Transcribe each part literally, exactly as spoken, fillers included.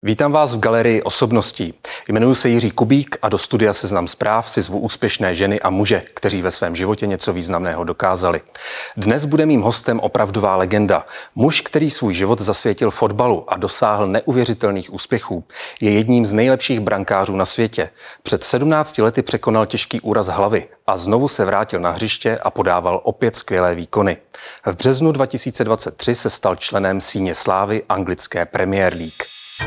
Vítám vás v galerii osobností. Jmenuji se Jiří Kubík a do studia Seznam zpráv si zvu úspěšné ženy a muže, kteří ve svém životě něco významného dokázali. Dnes bude mým hostem opravdová legenda. Muž, který svůj život zasvětil fotbalu a dosáhl neuvěřitelných úspěchů. Je jedním z nejlepších brankářů na světě. Před sedmnácti lety překonal těžký úraz hlavy a znovu se vrátil na hřiště a podával opět skvělé výkony. V březnu dva tisíce dvacet tři se stal členem síně slávy anglické Premier League.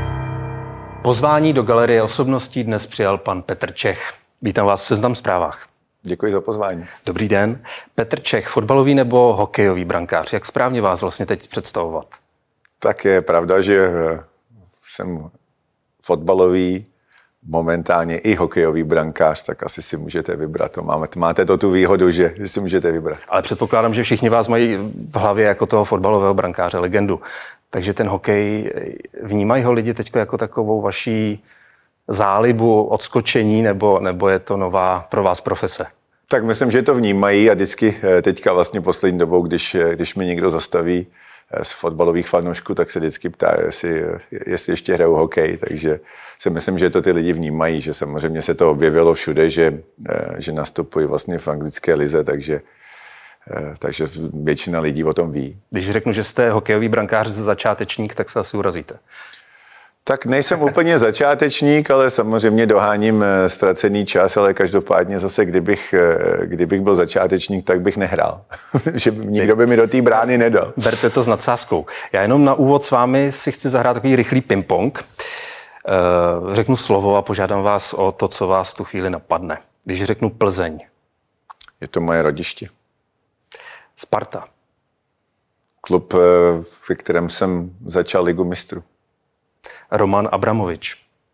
Pozvání do galerie osobností dnes přijal pan Petr Čech. Vítám vás v Seznam zprávách. Děkuji za pozvání. Dobrý den. Petr Čech, fotbalový nebo hokejový brankář? Jak správně vás vlastně teď představovat? Tak je pravda, že jsem fotbalový, momentálně i hokejový brankář, tak asi si můžete vybrat. To máme, máte to tu výhodu, že, že si můžete vybrat. Ale předpokládám, že všichni vás mají v hlavě jako toho fotbalového brankáře, legendu. Takže ten hokej, vnímají ho lidi teď jako takovou vaší zálibu, odskočení, nebo, nebo je to nová pro vás profese? Tak myslím, že to vnímají a vždycky teďka vlastně poslední dobou, když, když mi někdo zastaví z fotbalových fanoušků, tak se vždycky ptá, jestli, jestli ještě hrajou hokej, takže si myslím, že to ty lidi vnímají, že samozřejmě se to objevilo všude, že, že nastupují vlastně v anglické lize, takže takže většina lidí o tom ví. Když řeknu, že jste hokejový brankář začátečník, tak se asi urazíte. Tak nejsem úplně začátečník, ale samozřejmě doháním ztracený čas, ale každopádně zase, kdybych, kdybych byl začátečník, tak bych nehrál. Že nikdo by mi do té brány nedal. Berte to s nadsázkou. Já jenom na úvod s vámi si chci zahrát takový rychlý ping-pong. Řeknu slovo a požádám vás o to, co vás v tu chvíli napadne. Když řeknu Plzeň. Je to moje rodiště. Sparta. Klub, ve kterém jsem začal Ligu mistrů. Roman Abramovič.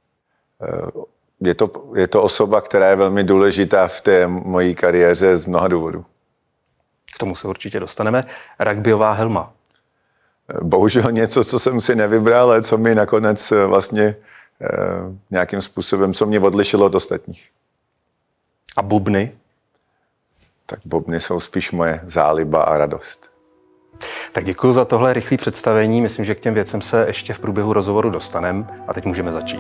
Je to, je to osoba, která je velmi důležitá v té mojí kariéře z mnoha důvodů. K tomu se určitě dostaneme. Rugbyová helma. Bohužel něco, co jsem si nevybral, ale co mi nakonec vlastně nějakým způsobem, co mě odlišilo od ostatních. A bubny? Tak bubny jsou spíš moje záliba a radost. Tak děkuji za tohle rychlé představení. Myslím, že k těm věcem se ještě v průběhu rozhovoru dostaneme. A teď můžeme začít.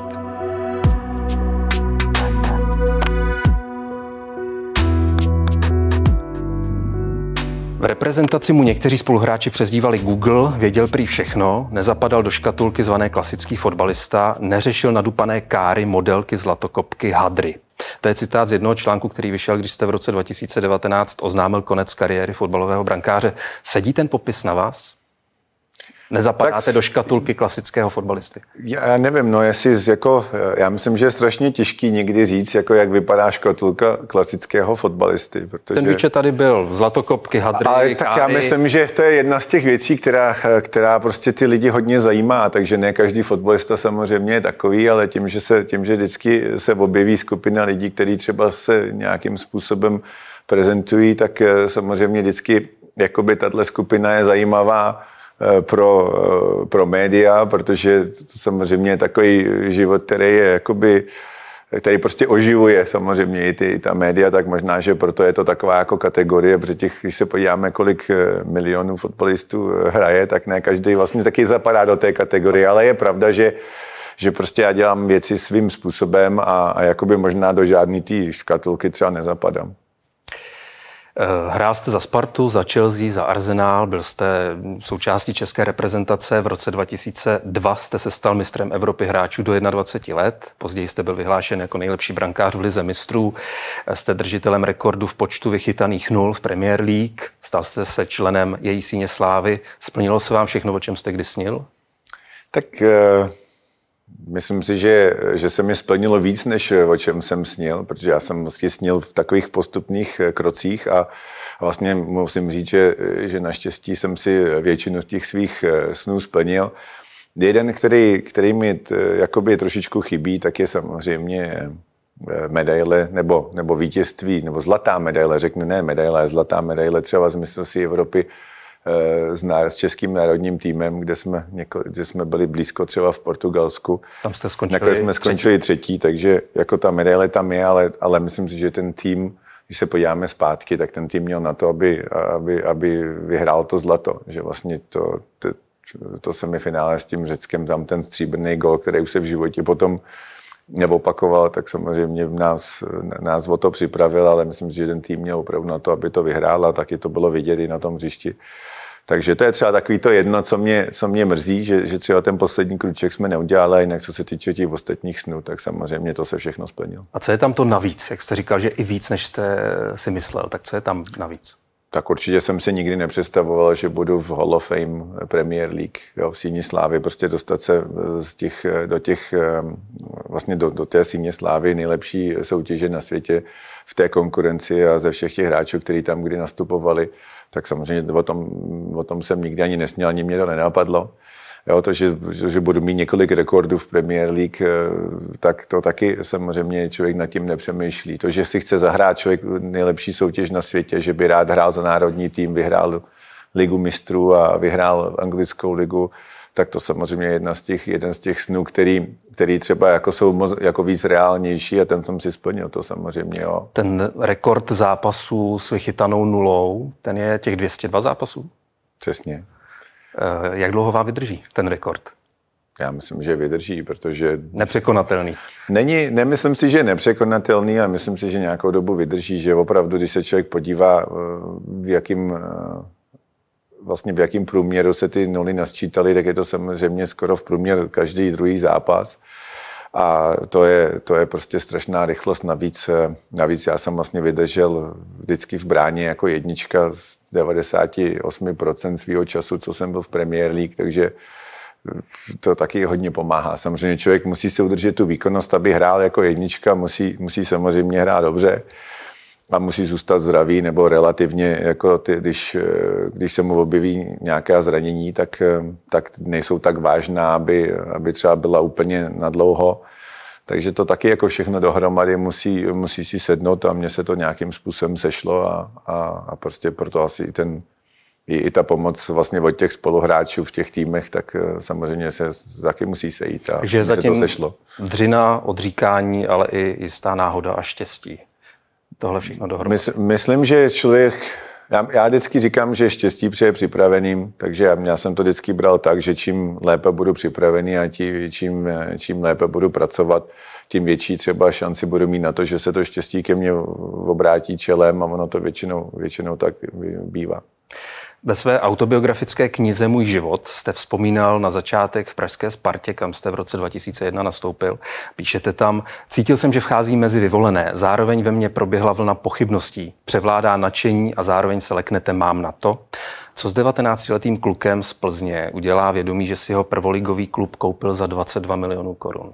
V reprezentaci mu někteří spoluhráči přezdívali Google, věděl prý všechno, nezapadal do škatulky zvané klasický fotbalista, neřešil nadupané káry, modelky, zlatokopky, hadry. To je citát z jednoho článku, který vyšel, když jste v roce dva tisíce devatenáct oznámil konec kariéry fotbalového brankáře. Sedí ten popis na vás? Nezapadáte tak do škatulky klasického fotbalisty? Já nevím, no jestli jako, já myslím, že je strašně těžký někdy říct, jako jak vypadá škatulka klasického fotbalisty. Protože... Ten výčet tady byl, zlatokopky, hadry, ale tak káry. Já myslím, že to je jedna z těch věcí, která, která prostě ty lidi hodně zajímá, takže ne každý fotbalista samozřejmě je takový, ale tím, že, se, tím, že vždycky se objeví skupina lidí, kteří třeba se nějakým způsobem prezentují, tak samozřejmě vždycky jakoby tato skupina je zajímavá pro, pro média, protože to samozřejmě je takový život, který je jakoby, který prostě oživuje samozřejmě i ty, ta média, tak možná, že proto je to taková jako kategorie, protože těch, když se podíváme, kolik milionů fotbalistů hraje, tak ne každý vlastně taky zapadá do té kategorie, ale je pravda, že že prostě já dělám věci svým způsobem a, a jakoby možná do žádný té škatulky třeba nezapadám. Hrál jste za Spartu, za Chelsea, za Arsenal, byl jste součástí české reprezentace. V roce dva tisíce dva jste se stal mistrem Evropy hráčů do dvaceti jedna let. Později jste byl vyhlášen jako nejlepší brankář v lize mistrů. Jste držitelem rekordu v počtu vychytaných nul v Premier League. Stal jste se členem její síně slávy. Splnilo se vám všechno, o čem jste kdy snil? Tak... Uh... Myslím si, že, že se mi splnilo víc, než o čem jsem snil, protože já jsem vlastně snil v takových postupných krocích a vlastně musím říct, že, že naštěstí jsem si většinu z těch svých snů splnil. Jeden, který, který mi jakoby trošičku chybí, tak je samozřejmě medaile nebo, nebo vítězství, nebo zlatá medaile, řeknu ne medaile, zlatá medaile třeba z mistrovství Evropy S, s českým národním týmem, kde jsme, něko, kde jsme byli blízko třeba v Portugalsku. Tam jste skončili, Nakonec jsme skončili třetí. třetí, takže jako ta medaile tam je, ale, ale myslím si, že ten tým, když se podíváme zpátky, tak ten tým měl na to, aby, aby, aby vyhrál to zlato. Že vlastně to, to, to semifinále s tím Řeckem, tam ten stříbrný gol, který už se v životě potom neopakoval, tak samozřejmě nás, nás o to připravil, ale myslím si, že ten tým měl opravdu na to, aby to vyhrál a taky to bylo vidět i na tom hřišti. Takže to je třeba takový to jedno, co mě, co mě mrzí, že, že třeba ten poslední kruček jsme neudělali, jinak co se týče těch ostatních snů, tak samozřejmě to se všechno splnilo. A co je tam to navíc? Jak jste říkal, že i víc, než jste si myslel, tak co je tam navíc? Tak určitě jsem si nikdy nepředstavoval, že budu v Hall of Fame Premier League, jo, v Síni slávy, prostě dostat se z těch, do těch, vlastně do, do té Síně slávy, nejlepší soutěže na světě v té konkurenci a ze všech těch hráčů, kteří tam kdy nastupovali, tak samozřejmě o tom, o tom jsem nikdy ani nesměl, ani mě to nenapadlo. Jo, to, že, že budu mít několik rekordů v Premier League, tak to taky samozřejmě člověk nad tím nepřemýšlí. To, že si chce zahrát člověk nejlepší soutěž na světě, že by rád hrál za národní tým, vyhrál ligu mistrů a vyhrál anglickou ligu, tak to samozřejmě je jedna z těch, jeden z těch snů, který, který třeba jako jsou moc, jako víc reálnější a ten jsem si splnil, to samozřejmě, jo. Ten rekord zápasů s vychytanou nulou, ten je těch dvě stě dva zápasů? Přesně. Jak dlouho vám vydrží ten rekord? Já myslím, že vydrží, protože... Nepřekonatelný. Není, nemyslím si, že je nepřekonatelný a myslím si, že nějakou dobu vydrží, že opravdu, když se člověk podívá, v jakým, vlastně v jakým průměru se ty nuly nasčítaly, tak je to samozřejmě skoro v průměru každý druhý zápas. A to je, to je prostě strašná rychlost. Navíc, navíc já jsem vlastně vydržel vždycky v bráně jako jednička z devadesát osm procent svého času, co jsem byl v Premier League, takže to taky hodně pomáhá. Samozřejmě člověk musí si udržet tu výkonnost, aby hrál jako jednička, musí, musí samozřejmě hrát dobře a musí zůstat zdravý nebo relativně, jako ty, když, když se mu objeví nějaké zranění, tak, tak nejsou tak vážná, aby, aby třeba byla úplně nadlouho. Takže to taky jako všechno dohromady musí, musí si sednout a mně se to nějakým způsobem sešlo a, a, a prostě proto asi i, ten, i, i ta pomoc vlastně od těch spoluhráčů v těch týmech, tak samozřejmě se taky musí sejít a takže zatím to sešlo. Dřina, odříkání, ale i jistá náhoda a štěstí. Tohle všechno dohromady. Mys, myslím, že člověk, já, já vždycky říkám, že štěstí přeje připraveným, takže já, já jsem to vždycky bral tak, že čím lépe budu připravený a tí, čím, čím lépe budu pracovat, tím větší třeba šanci budu mít na to, že se to štěstí ke mně obrátí čelem a ono to většinou, většinou tak bývá. Ve své autobiografické knize Můj život jste vzpomínal na začátek v pražské Spartě, kam jste v roce dva tisíce jedna nastoupil. Píšete tam: cítil jsem, že vchází mezi vyvolené, zároveň ve mně proběhla vlna pochybností, převládá nadšení a zároveň se leknete mám na to. Co s devatenáctiletým klukem z Plzně udělá vědomí, že si ho prvoligový klub koupil za dvacet dva milionů korun?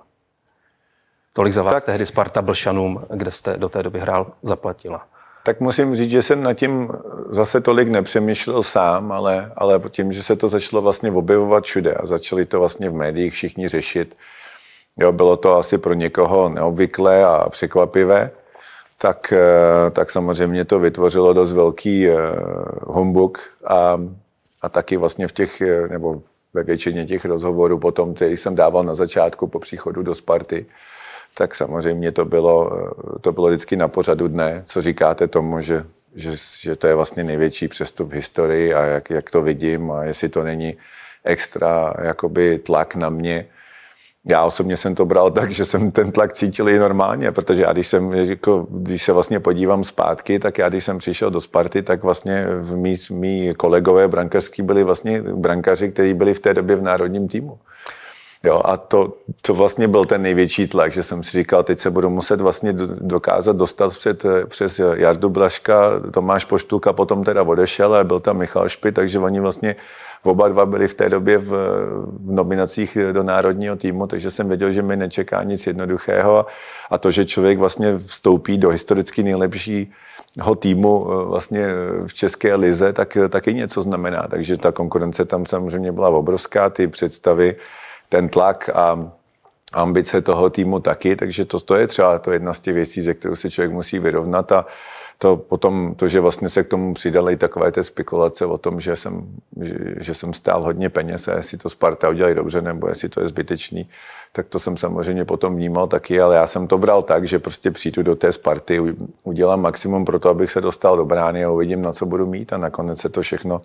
Tolik za vás tak tehdy Sparta Blšanům, kde jste do té doby hrál, zaplatila. Tak musím říct, že jsem nad tím zase tolik nepřemýšlel sám, ale, ale tím, že se to začalo vlastně objevovat všude a začali to vlastně v médiích všichni řešit, jo, bylo to asi pro někoho neobvyklé a překvapivé, tak, tak samozřejmě to vytvořilo dost velký humbuk a, a taky vlastně v těch, nebo ve většině těch rozhovorů potom, který jsem dával na začátku po příchodu do Sparty, tak samozřejmě to bylo, to bylo vždycky na pořadu dne, co říkáte tomu, že, že, že to je vlastně největší přestup v historii a jak, jak to vidím a jestli to není extra jakoby tlak na mě. Já osobně jsem to bral tak, že jsem ten tlak cítil i normálně, protože já když, jsem, jako, když se vlastně podívám zpátky, tak já když jsem přišel do Sparty, tak vlastně v mý, mý kolegové brankařský byli vlastně brankaři, kteří byli v té době v národním týmu. Jo, a to, to vlastně byl ten největší tlak, že jsem si říkal, teď se budu muset vlastně dokázat dostat před, přes Jardu Blažka, Tomáš Poštulka potom teda odešel a byl tam Michal Špy, takže oni vlastně oba dva byli v té době v, v nominacích do národního týmu, takže jsem věděl, že mi nečeká nic jednoduchého a to, že člověk vlastně vstoupí do historicky nejlepšího týmu vlastně v české lize, tak taky něco znamená, takže ta konkurence tam samozřejmě byla obrovská, ty představy, ten tlak a ambice toho týmu taky, takže to, to je třeba to jedna z těch věcí, ze kterou se člověk musí vyrovnat a to potom, to, že vlastně se k tomu přidaly takové ty spekulace o tom, že jsem, že, že jsem stál hodně peněz a jestli to Sparta udělají dobře nebo jestli to je zbytečný, tak to jsem samozřejmě potom vnímal taky, ale já jsem to bral tak, že prostě přijdu do té Sparty, udělám maximum pro to, abych se dostal do brány a uvidím, na co budu mít a nakonec se to všechno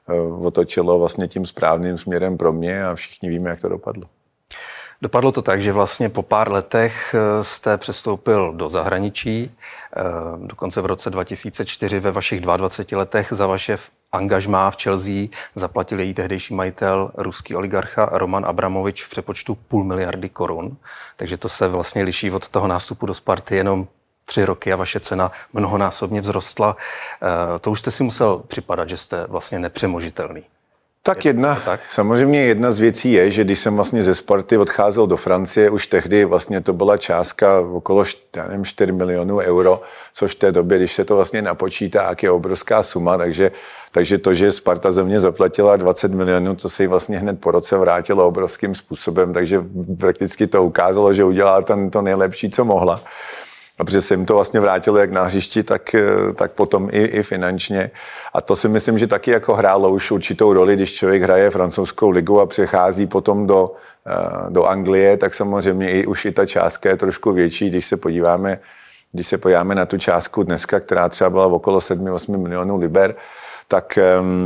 otočilo vlastně tím správným směrem pro mě a všichni víme, jak to dopadlo. Dopadlo to tak, že vlastně po pár letech jste přestoupil do zahraničí, dokonce v roce dva tisíce čtyři ve vašich dvaceti dvou letech za vaše angažmá v Chelsea zaplatil její tehdejší majitel, ruský oligarcha Roman Abramovič v přepočtu půl miliardy korun. Takže to se vlastně liší od toho nástupu do Sparty jenom tři roky a vaše cena mnohonásobně vzrostla. To už jste si musel připadat, že jste vlastně nepřemožitelný. Tak jedna, tak? samozřejmě jedna z věcí je, že když jsem vlastně ze Sparty odcházel do Francie, už tehdy vlastně to byla částka okolo já nevím, čtyři milionů euro, což v té době, když se to vlastně napočítá, jak je obrovská suma, takže, takže to, že Sparta ze mě zaplatila dvacet milionů, co se jí vlastně hned po roce vrátilo obrovským způsobem, takže prakticky to ukázalo, že udělala ten, to nejlepší, co mohla. A protože se jim to vlastně vrátilo jak na hřišti, tak, tak potom i, i finančně. A to si myslím, že taky jako hrálo už určitou roli, když člověk hraje francouzskou ligu a přechází potom do, do Anglie, tak samozřejmě i, už i ta částka je trošku větší, když se podíváme, když se podíváme na tu částku dneska, která třeba byla okolo sedm až osm milionů liber, tak,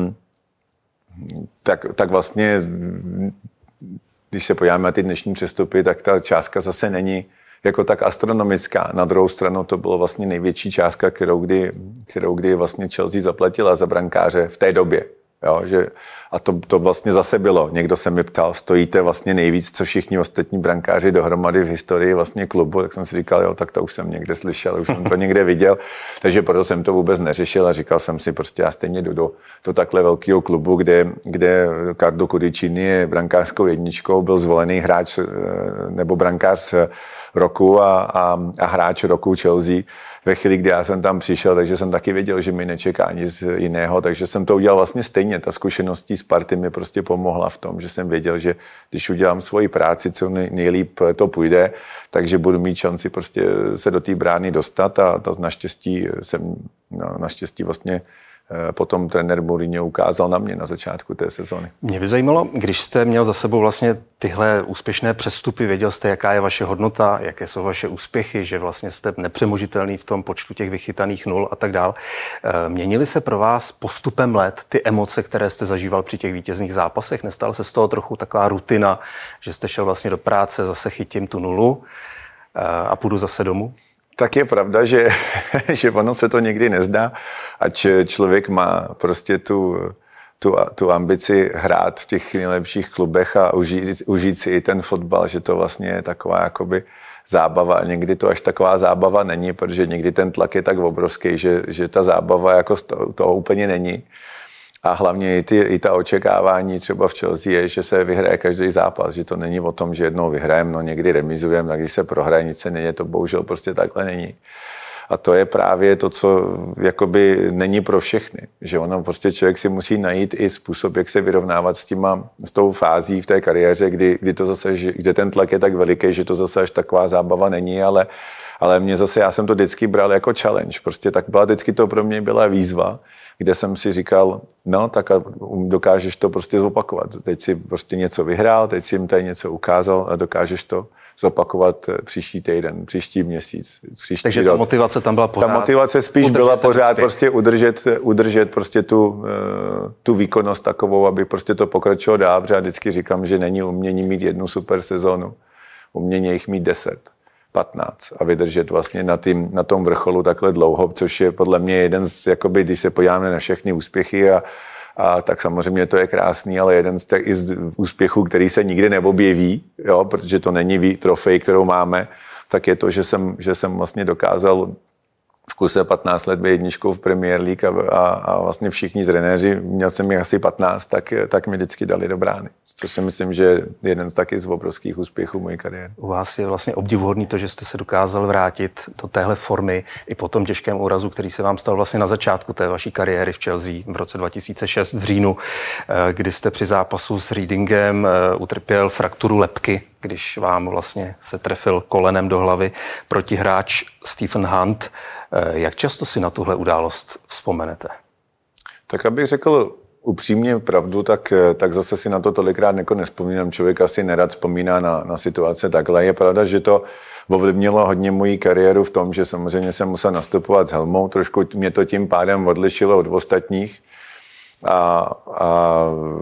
tak, tak vlastně, když se podíváme na ty dnešní přestupy, tak ta částka zase není jako tak astronomická. Na druhou stranu to bylo vlastně největší částka, kterou kdy, kterou kdy vlastně Chelsea zaplatila za brankáře v té době. Jo, že, a to, to vlastně zase bylo. Někdo se mi ptal, stojíte vlastně nejvíc, co všichni ostatní brankáři dohromady v historii vlastně klubu, tak jsem si říkal, jo, tak to už jsem někde slyšel, už jsem to někde viděl, takže proto jsem to vůbec neřešil a říkal jsem si, prostě já stejně jdu do, do takhle velkého klubu, kde, kde Carlo Cudicini je brankářskou jedničkou, byl zvolený hráč nebo brankář roku a, a, a hráč roku Chelsea ve chvíli, kdy já jsem tam přišel, takže jsem taky věděl, že mi nečeká nic jiného, takže jsem to udělal vlastně stejně. Ta zkušenost Sparty mi prostě pomohla v tom, že jsem věděl, že když udělám svoji práci, co nejlíp to půjde, takže budu mít šanci prostě se do té brány dostat a to naštěstí jsem, no, naštěstí vlastně potom trenér Mourinho ukázal na mě na začátku té sezóny. Mě by zajímalo, když jste měl za sebou vlastně tyhle úspěšné přestupy, věděl jste, jaká je vaše hodnota, jaké jsou vaše úspěchy, že vlastně jste nepřemožitelný v tom počtu těch vychytaných nul a tak dál. Měnily se pro vás postupem let ty emoce, které jste zažíval při těch vítězných zápasech? Nestala se z toho trochu taková rutina, že jste šel vlastně do práce, zase chytím tu nulu a půjdu zase domů? Tak je pravda, že, že ono se to někdy nezdá, ať člověk má prostě tu, tu, tu ambici hrát v těch nejlepších klubech a užít, užít si i ten fotbal, že to vlastně je taková jakoby zábava. A někdy to až taková zábava není, protože někdy ten tlak je tak obrovský, že, že ta zábava jako to, toho úplně není. A hlavně i, ty, i ta očekávání třeba v Chelsea je, že se vyhraje každý zápas, že to není o tom, že jednou vyhrajeme, no někdy remizujeme, tak když se prohraje, nic se neděje, to bohužel prostě takhle není. A to je právě to, co jakoby není pro všechny, že ono prostě člověk si musí najít i způsob, jak se vyrovnávat s těma, s tou fází v té kariéře, kdy, kdy to zase, kde ten tlak je tak veliký, že to zase až taková zábava není, ale, ale mě zase, já jsem to vždycky bral jako challenge, prostě tak byla, vždycky to pro mě byla výzva, kde jsem si říkal, no tak a dokážeš to prostě zopakovat. Teď si prostě něco vyhrál, teď si jim tady něco ukázal a dokážeš to zopakovat příští týden, příští měsíc, příští Takže rok. ta motivace tam byla pořád. Ta motivace spíš byla pořád úspěch. prostě udržet, udržet prostě tu, tu výkonnost takovou, aby prostě to pokračovalo dál, protože já vždycky říkám, že není umění mít jednu super sezónu, umění jich mít deset. patnáct a vydržet vlastně na, tým, na tom vrcholu takhle dlouho, což je podle mě jeden z, jakoby, když se podíváme na všechny úspěchy a, a tak samozřejmě to je krásný, ale jeden z těch i z úspěchů, který se nikdy neobjeví, jo, protože to není trofej, kterou máme, tak je to, že jsem, že jsem vlastně dokázal v kuse patnáct let být jedničkou v Premier League a, a, a vlastně všichni trenéři, měl jsem jich asi patnáct, tak, tak mi vždycky dali do brány. Což si myslím, že je jeden z taky z obrovských úspěchů mojí kariéry. U vás je vlastně obdivuhodný to, že jste se dokázal vrátit do téhle formy i po tom těžkém úrazu, který se vám stal vlastně na začátku té vaší kariéry v Chelsea v roce dva tisíce šest v říjnu, kdy jste při zápasu s Readingem utrpěl frakturu lebky, když vám vlastně se trefil kolenem do hlavy protihráč Stephen Hunt. Jak často si na tuhle událost vzpomenete? Tak abych řekl upřímně pravdu, tak, tak zase si na to tolikrát jako nespomínám. Člověk asi nerad vzpomíná na, na situace takhle. Je pravda, že to ovlivnilo hodně moji kariéru v tom, že samozřejmě jsem musel nastupovat s helmou. Trošku mě to tím pádem odlišilo od ostatních. A, a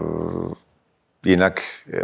jinak,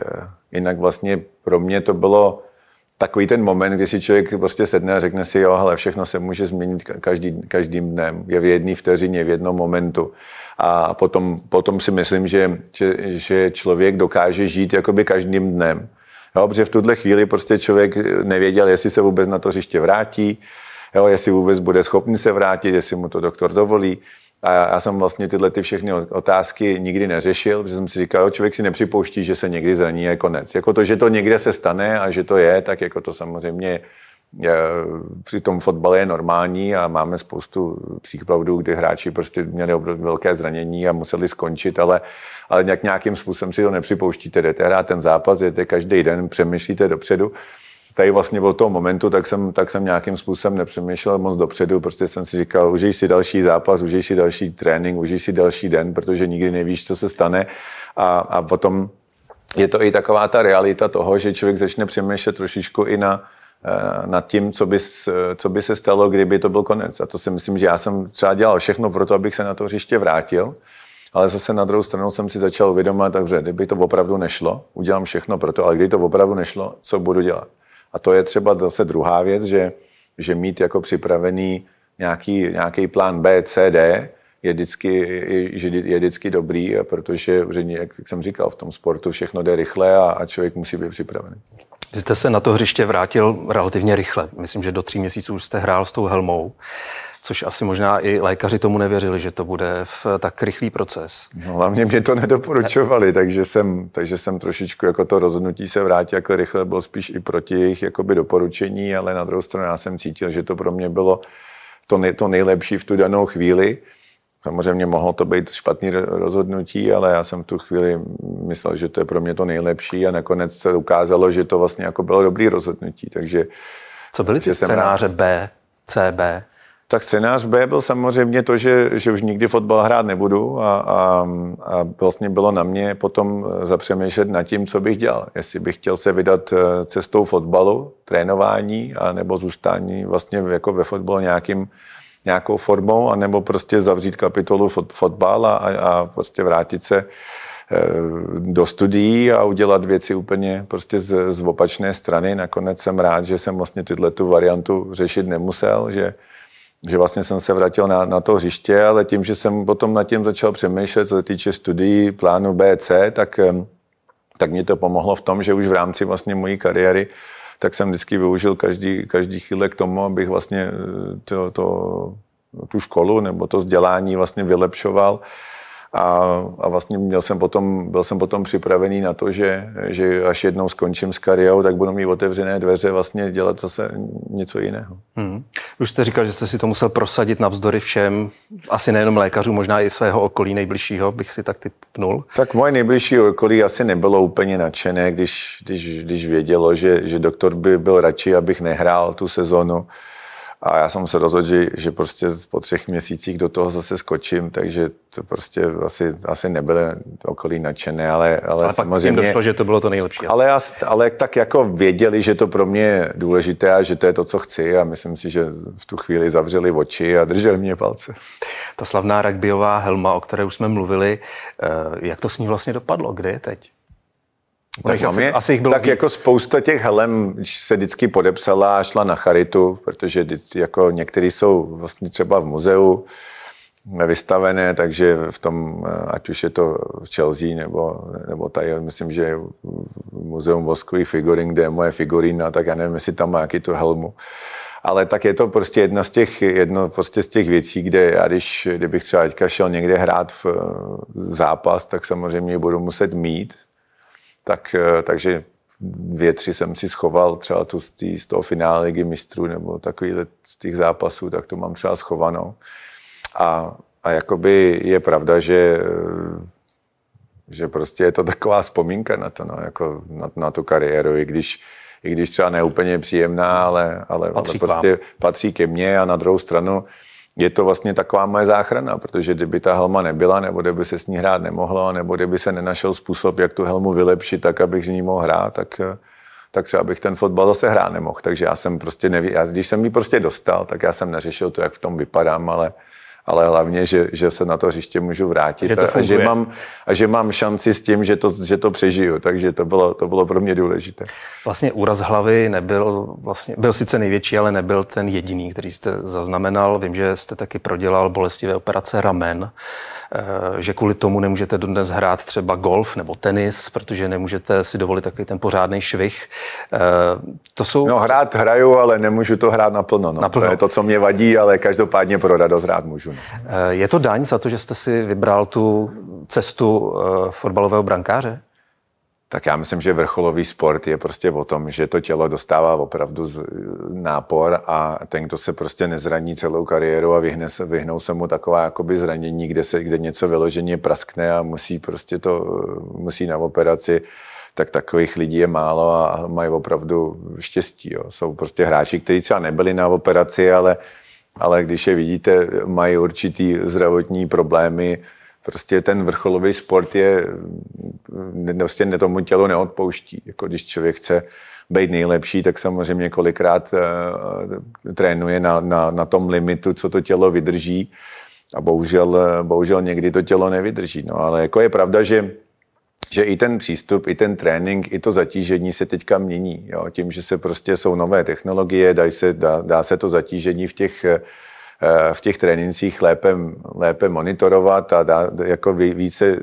jinak vlastně pro mě to bylo takový ten moment, kdy si člověk prostě sedne a řekne si, jo, ale všechno se může změnit každý, každým dnem. Je v jedné vteřině, v jednom momentu. A potom, potom si myslím, že, že, že člověk dokáže žít jakoby každým dnem. Jo, protože v tuhle chvíli prostě člověk nevěděl, jestli se vůbec na to hřiště vrátí, jo, jestli vůbec bude schopný se vrátit, jestli mu to doktor dovolí. A já jsem vlastně tyhle ty všechny otázky nikdy neřešil, protože jsem si říkal, člověk si nepřipouští, že se někdy zraní, je konec. Jako to, že to někde se stane a že to je, tak jako to samozřejmě je, při tom fotbale je normální a máme spoustu příkladů, kdy hráči prostě měli velké zranění a museli skončit, ale, ale nějak, nějakým způsobem si to nepřipouštíte. Jdete hrát ten zápas, jdete každý den, přemýšlíte dopředu. Tady vlastně od toho momentu, tak jsem, tak jsem nějakým způsobem nepřemýšlel moc dopředu, prostě jsem si říkal, užij si další zápas, užij si další trénink, užij si další den, protože nikdy nevíš, co se stane. A, a potom je to i taková ta realita toho, že člověk začne přemýšlet trošičku i na, nad tím, co by, co by se stalo, kdyby to byl konec. A to si myslím, že já jsem třeba dělal všechno pro to, abych se na to hřiště vrátil, ale zase na druhou stranu jsem si začal uvědomovat, takže kdyby to opravdu nešlo, udělám všechno pro to, ale kdyby to opravdu nešlo, co budu dělat? A to je třeba zase druhá věc, že, že mít jako připravený nějaký, nějaký plán B, C, D je vždycky, je, je vždycky dobrý, protože, jak jsem říkal, v tom sportu všechno jde rychle a, a člověk musí být připravený. Vy jste se na to hřiště vrátil relativně rychle. Myslím, že do tří měsíců už jste hrál s tou helmou, což asi možná i lékaři tomu nevěřili, že to bude v tak rychlý proces. No, hlavně mě to nedoporučovali, ne. takže, jsem, takže jsem trošičku jako to rozhodnutí se vrátit jako rychle bylo spíš i proti jejich jakoby doporučení, ale na druhou stranu já jsem cítil, že to pro mě bylo to, nej, to nejlepší v tu danou chvíli. Samozřejmě mohlo to být špatný rozhodnutí, ale já jsem v tu chvíli myslel, že to je pro mě to nejlepší a nakonec se ukázalo, že to vlastně jako bylo dobrý rozhodnutí. Takže, co byly ty scénáře B, C, B? Tak scénář B byl samozřejmě to, že, že už nikdy fotbal hrát nebudu a, a, a vlastně bylo na mě potom zapřemýšlet nad tím, co bych dělal. Jestli bych chtěl se vydat cestou fotbalu, trénování a nebo zůstání vlastně jako ve fotbalu nějakým nějakou formou, anebo prostě zavřít kapitolu fot, fotbal a, a prostě vrátit se do studií a udělat věci úplně prostě z, z opačné strany. Nakonec jsem rád, že jsem vlastně tyhle tu variantu řešit nemusel, že, že vlastně jsem se vrátil na, na to hřiště, ale tím, že jsem potom nad tím začal přemýšlet, co se týče studií, plánu B, C, tak, tak mě to pomohlo v tom, že už v rámci vlastně mojí kariéry tak jsem vždycky využil každý, každý chvíle k tomu, abych vlastně to, to, tu školu nebo to vzdělání vlastně vylepšoval. A, a vlastně měl jsem potom, byl jsem potom připravený na to, že, že až jednou skončím s kariérou, tak budu mít otevřené dveře vlastně dělat zase něco jiného. Hmm. Už jste říkal, že jste si to musel prosadit navzdory všem, asi nejenom lékařů, možná i svého okolí nejbližšího, bych si tak typnul. Tak moje nejbližší okolí asi nebylo úplně nadšené, když, když, když vědělo, že, že doktor by byl radši, abych nehrál tu sezonu. A já jsem se rozhodl, že, že prostě po třech měsících do toho zase skočím, takže to prostě asi, asi nebylo okolí nadšené, ale, ale, ale samozřejmě... pak tím došlo, že to bylo to nejlepší. Ale, já, ale tak jako věděli, že to pro mě je důležité a že to je to, co chci a myslím si, že v tu chvíli zavřeli oči a drželi mě palce. Ta slavná rugbyová helma, o které už jsme mluvili, jak to s ní vlastně dopadlo? Kde je teď? Tak, asi, je, asi tak jako spousta těch helem se vždycky podepsala a šla na charitu, protože jako některý jsou vlastně třeba v muzeu vystavené, takže v tom, ať už je to v Chelsea nebo, nebo tady, myslím, že v muzeum voskových figurín, kde je moje figurína, tak já nevím, jestli tam má jaký tu helmu. Ale tak je to prostě jedna z těch, jedno prostě z těch věcí, kde já, když, kdybych třeba teďka šel někde hrát v zápas, tak samozřejmě budu muset mít. Tak, takže dvě, tři jsem si schoval třeba tu z, tý, z toho finále Ligy mistrů nebo takovýhle z těch zápasů, tak to mám třeba schovanou. A, a jakoby je pravda, že, že prostě je to taková vzpomínka na to, no, jako na, na tu kariéru, i když, i když třeba neúplně příjemná, ale, ale, ale prostě patří ke mně a na druhou stranu je to vlastně taková moje záchrana, protože kdyby ta helma nebyla, nebo kdyby se s ní hrát nemohlo, nebo kdyby se nenašel způsob, jak tu helmu vylepšit tak, abych z ní mohl hrát, tak, tak třeba bych ten fotbal zase hrát nemohl. Takže já jsem prostě neví, já, když jsem ji prostě dostal, tak já jsem neřešil to, jak v tom vypadám, ale, ale hlavně, že, že se na to hřiště můžu vrátit že a, a, že mám, a že mám šanci s tím, že to, že to přežiju, takže to bylo, to bylo pro mě důležité. Vlastně úraz hlavy nebyl, vlastně, byl sice největší, ale nebyl ten jediný, který jste zaznamenal. Vím, že jste taky prodělal bolestivé operace ramen, že kvůli tomu nemůžete dodnes hrát třeba golf nebo tenis, protože nemůžete si dovolit takový ten pořádný švih. To jsou... No hrát hraju, ale nemůžu to hrát naplno. No. naplno. To je to, co mě vadí, ale každopádně pro radost hrát můžu. No. Je to daň za to, že jste si vybral tu cestu fotbalového brankáře? Tak já myslím, že vrcholový sport je prostě o tom, že to tělo dostává opravdu nápor a ten, kdo se prostě nezraní celou kariéru a vyhne se, vyhnou se mu taková jakoby zranění, kde se kde něco vyloženě praskne a musí prostě to, musí na operaci, tak takových lidí je málo a mají opravdu štěstí. Jo. Jsou prostě hráči, kteří třeba nebyli na operaci, ale, ale když je vidíte, mají určitý zdravotní problémy. Prostě ten vrcholový sport je, vlastně tomu tělu neodpouští. Jako když člověk chce být nejlepší, tak samozřejmě kolikrát uh, trénuje na, na, na tom limitu, co to tělo vydrží. A bohužel, bohužel někdy to tělo nevydrží. No, ale jako je pravda, že, že i ten přístup, i ten trénink, i to zatížení se teďka mění. Jo? Tím, že se prostě jsou nové technologie, dá se, dá, dá se to zatížení v těch v těch trénincích lépe, lépe monitorovat a dá, jako více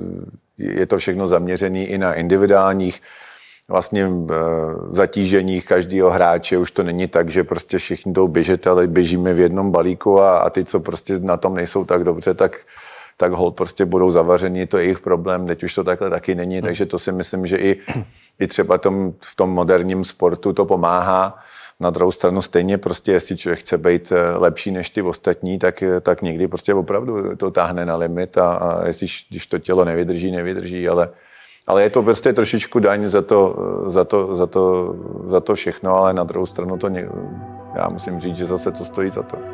je to všechno zaměřené i na individuálních vlastně zatíženích každého hráče. Už to není tak, že prostě všichni jdou běžet, ale běžíme v jednom balíku a, a ty, co prostě na tom nejsou tak dobře, tak, tak holt prostě budou zavaření, to je jejich problém. Teď už to takhle taky není, takže to si myslím, že i, i třeba tom, v tom moderním sportu to pomáhá. Na druhou stranu stejně prostě, jestli člověk chce být lepší než ty ostatní, tak, tak někdy prostě opravdu to táhne na limit a, a jestli, když to tělo nevydrží, nevydrží, ale, ale je to prostě trošičku daň za to, za to, za to, za to všechno, ale na druhou stranu to ně, já musím říct, že zase to stojí za to.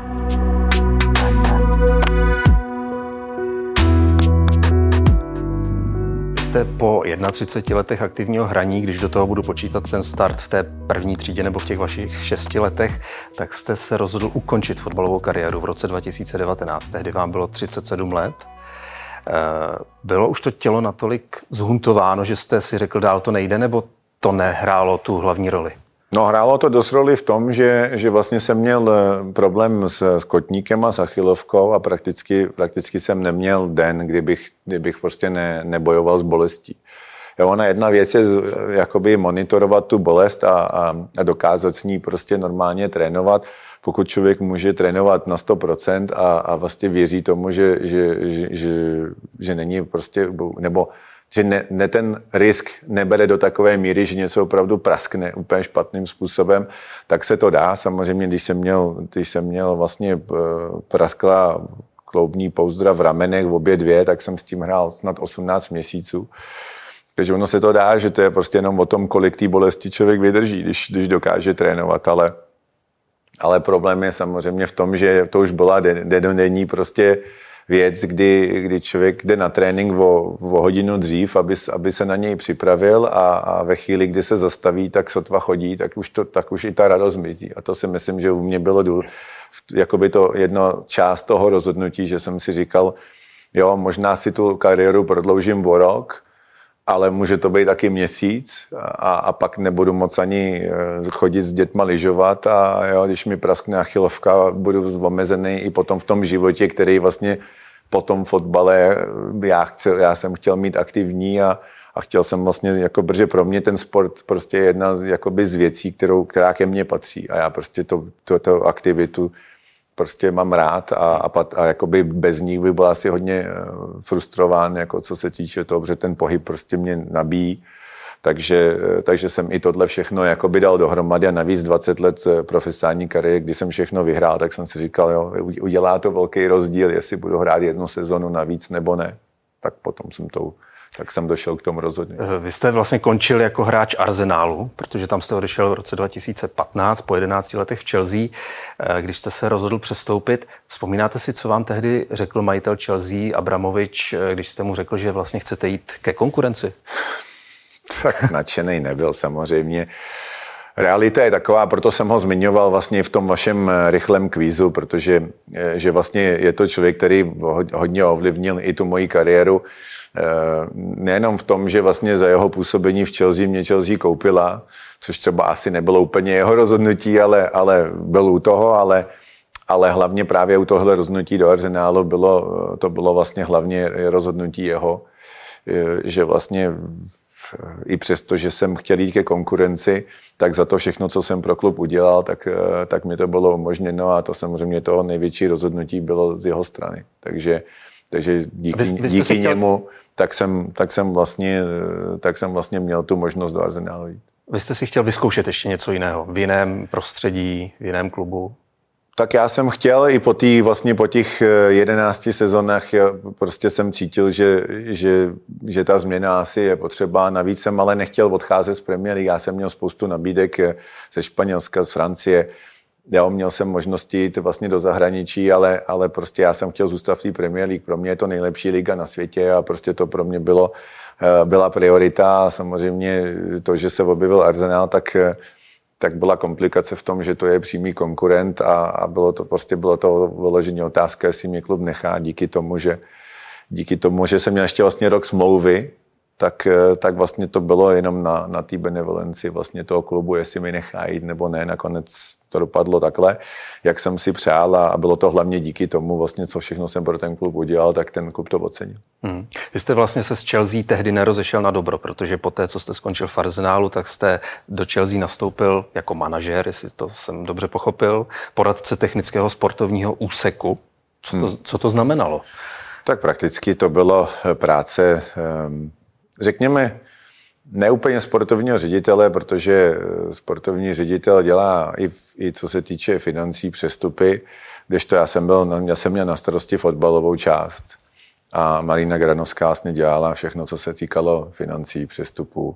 Po třiceti letech aktivního hraní, když do toho budu počítat ten start v té první třídě nebo v těch vašich šesti letech, tak jste se rozhodl ukončit fotbalovou kariéru v roce dva tisíce devatenáct. Tehdy vám bylo třicet sedm let. Bylo už to tělo natolik zhuntováno, že jste si řekl, dál to nejde, nebo to nehrálo tu hlavní roli? No, hrálo to dost roli v tom, že, že vlastně jsem měl problém s, s kotníkem a s achilovkou a prakticky, prakticky jsem neměl den, kdybych, kdybych prostě ne, nebojoval s bolestí. Jo, ona jedna věc je jakoby monitorovat tu bolest a, a, a dokázat s ní prostě normálně trénovat. Pokud člověk může trénovat na sto procent a, a vlastně věří tomu, že, že, že, že, že není prostě, nebo že ne, ne ten risk nebere do takové míry, že něco opravdu praskne úplně špatným způsobem, tak se to dá. Samozřejmě, když jsem měl, když jsem měl vlastně prasklá kloubní pouzdra v ramenech v obě dvě, tak jsem s tím hrál snad osmnáct měsíců. Takže ono se to dá, že to je prostě jenom o tom, kolik té bolesti člověk vydrží, když, když dokáže trénovat, ale, ale problém je samozřejmě v tom, že to už byla denodenní prostě věc, kdy, kdy člověk jde na trénink o, o hodinu dřív, aby, aby se na něj připravil a, a ve chvíli, kdy se zastaví, tak sotva chodí, tak už, to, tak už i ta radost zmizí. A to si myslím, že u mě bylo důl, jakoby to jedno část toho rozhodnutí, že jsem si říkal, jo, možná si tu kariéru prodloužím o rok, ale může to být taky měsíc a, a pak nebudu moc ani chodit s dětma lyžovat a jo, když mi praskne achilovka, budu omezený i potom v tom životě, který vlastně po tom fotbale já, chci, já jsem chtěl mít aktivní a, a chtěl jsem vlastně, jako, protože pro mě ten sport prostě je jedna jakoby z věcí, kterou, která ke mně patří a já prostě to, to, to aktivitu prostě mám rád a, a, a jakoby bez nich by byl asi hodně frustrován, jako co se týče toho, protože ten pohyb prostě mě nabíjí. Takže, takže jsem i tohle všechno jakoby dal dohromady a navíc dvacet let profesionální kariéry, kdy jsem všechno vyhrál, tak jsem si říkal, jo, udělá to velký rozdíl, jestli budu hrát jednu sezonu navíc nebo ne. Tak potom jsem to tak jsem došel k tomu rozhodně. Vy jste vlastně končil jako hráč Arsenálu, protože tam jste odešel v roce dva tisíce patnáct, po jedenácti letech v Chelsea, když jste se rozhodl přestoupit. Vzpomínáte si, co vám tehdy řekl majitel Chelsea Abramovič, když jste mu řekl, že vlastně chcete jít ke konkurenci? Tak nadšenej nebyl samozřejmě. Realita je taková, proto jsem ho zmiňoval vlastně v tom vašem rychlém kvízu, protože že vlastně je to člověk, který hodně ovlivnil i tu moji kariéru. Nejenom v tom, že vlastně za jeho působení v Chelsea mě Chelsea koupila, což třeba asi nebylo úplně jeho rozhodnutí, ale, ale byl u toho, ale, ale hlavně právě u tohle rozhodnutí do Arsenálu bylo, to bylo vlastně hlavně rozhodnutí jeho, že vlastně i přesto, že jsem chtěl jít ke konkurenci, tak za to všechno, co jsem pro klub udělal, tak, tak mi to bylo umožněno a to samozřejmě toho největší rozhodnutí bylo z jeho strany. Takže, takže díky, vy, vy díky chtěl... němu tak jsem, tak, jsem vlastně, tak jsem vlastně měl tu možnost do Arsenálu jít. Vy jste si chtěl vyzkoušet ještě něco jiného, v jiném prostředí, v jiném klubu? Tak já jsem chtěl i po, tý, vlastně po těch jedenácti sezonách, prostě jsem cítil, že, že, že ta změna asi je potřeba. Navíc jsem ale nechtěl odcházet z Premier League. Já jsem měl spoustu nabídek ze Španělska, z Francie. Já měl jsem možnosti jít vlastně do zahraničí, ale, ale prostě já jsem chtěl zůstat v té Premier League. Pro mě je to nejlepší liga na světě a prostě to pro mě bylo, byla priorita. A samozřejmě to, že se objevil Arsenal, tak tak byla komplikace v tom, že to je přímý konkurent a, a bylo to prostě bylo to vyloženě otázka, jestli mě klub nechá díky tomu, že díky tomu, že jsem měl ještě vlastně rok smlouvy, tak, tak vlastně to bylo jenom na, na té benevolenci vlastně toho klubu, jestli mi nechá jít nebo ne. Nakonec to dopadlo takhle, jak jsem si přál a bylo to hlavně díky tomu, vlastně, co všechno jsem pro ten klub udělal, tak ten klub to ocenil. Hmm. Vy jste vlastně se s Chelsea tehdy nerozešel na dobro, protože po té, co jste skončil v Arsenálu, tak jste do Chelsea nastoupil jako manažer, jestli to jsem dobře pochopil, poradce technického sportovního úseku. Co to, hmm. co to znamenalo? Tak prakticky to bylo práce, řekněme, neúplně sportovního ředitele, protože sportovní ředitel dělá i, i co se týče financí, přestupy, kdežto já jsem, byl, já jsem měl na starosti fotbalovou část a Marina Granovská vlastně dělala všechno, co se týkalo financí, přestupů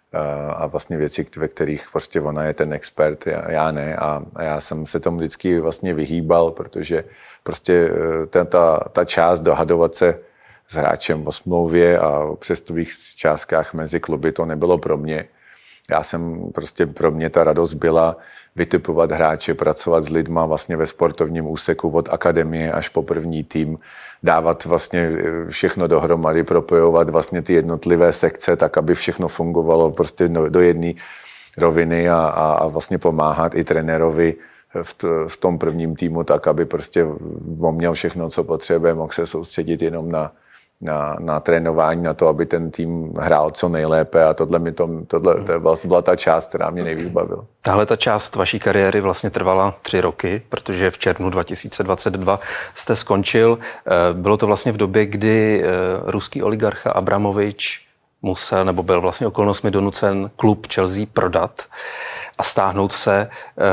a vlastně věci, ve kterých prostě ona je ten expert, já ne a, a já jsem se tomu vždycky vlastně vyhýbal, protože prostě ten, ta, ta část dohadovat se s hráčem o smlouvě a o přestupových částkách mezi kluby, to nebylo pro mě. Já jsem prostě, pro mě ta radost byla vytipovat hráče, pracovat s lidma vlastně ve sportovním úseku od akademie až po první tým, dávat vlastně všechno dohromady, propojovat vlastně ty jednotlivé sekce tak, aby všechno fungovalo prostě do jedné roviny a, a, a vlastně pomáhat i trenérovi v, t, v tom prvním týmu tak, aby prostě on měl všechno, co potřebuje, mohl se soustředit jenom na Na, na trénování, na to, aby ten tým hrál co nejlépe a tohle, mi to, tohle to vlastně byla ta část, která mě nejvíc bavila. Tahle ta část vaší kariéry vlastně trvala tři roky, protože v červnu dva tisíce dvacet dva jste skončil. Bylo to vlastně v době, kdy ruský oligarcha Abramovič musel, nebo byl vlastně okolnostmi donucen klub Chelsea prodat a stáhnout se.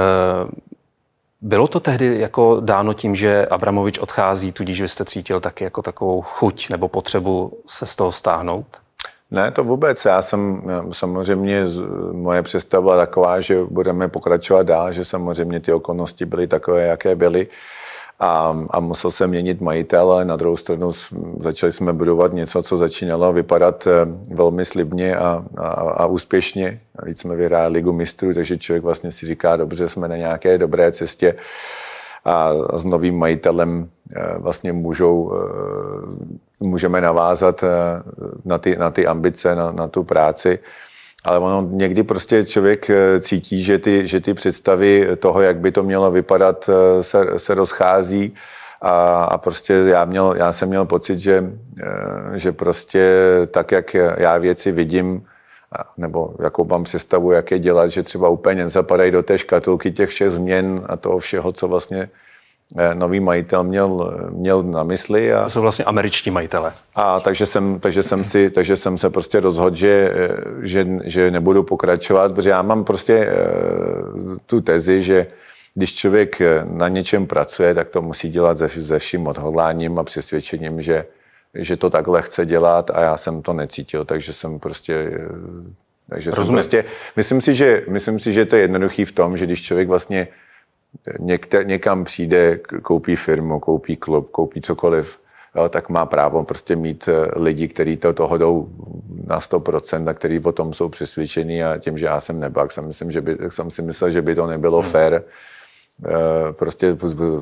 Bylo to tehdy jako dáno tím, že Abramovič odchází, tudíž vy jste cítil taky jako takovou chuť nebo potřebu se z toho stáhnout? Ne, to vůbec. Já jsem samozřejmě, moje představa byla taková, že budeme pokračovat dál, že samozřejmě ty okolnosti byly takové, jaké byly. A, a musel jsem měnit majitel, ale na druhou stranu začali jsme budovat něco, co začínalo vypadat velmi slibně a, a, a úspěšně. Navíc jsme vyhráli Ligu mistrů, takže člověk vlastně si říká, dobře, jsme na nějaké dobré cestě a, a s novým majitelem vlastně můžou, můžeme navázat na ty, na ty ambice, na, na tu práci. Ale ono někdy prostě člověk cítí, že ty, že ty představy toho, jak by to mělo vypadat, se, se rozchází a, a prostě já, měl, já jsem měl pocit, že, že prostě tak, jak já věci vidím, nebo jakou mám představu, jak je dělat, že třeba úplně nezapadají do té škatulky těch všech změn a toho všeho, co vlastně nový majitel měl, měl na mysli. A, to jsou vlastně američtí majitele. A takže jsem, takže jsem, si, takže jsem se prostě rozhodl, že, že, že nebudu pokračovat, protože já mám prostě tu tezi, že když člověk na něčem pracuje, tak to musí dělat se, se vším odhodláním a přesvědčením, že, že to takhle chce dělat a já jsem to necítil, takže jsem prostě... Takže jsem prostě myslím si, že, myslím si, že to je jednoduchý v tom, že když člověk vlastně Někde, někam přijde, koupí firmu, koupí klub, koupí cokoliv, jo, tak má právo prostě mít lidi, kteří to toho jdou na sto procent a kteří o tom jsou přesvědčení a tím, že já jsem nebyl, tak jsem, myslím, že by, tak jsem si myslel, že by to nebylo hmm. fér prostě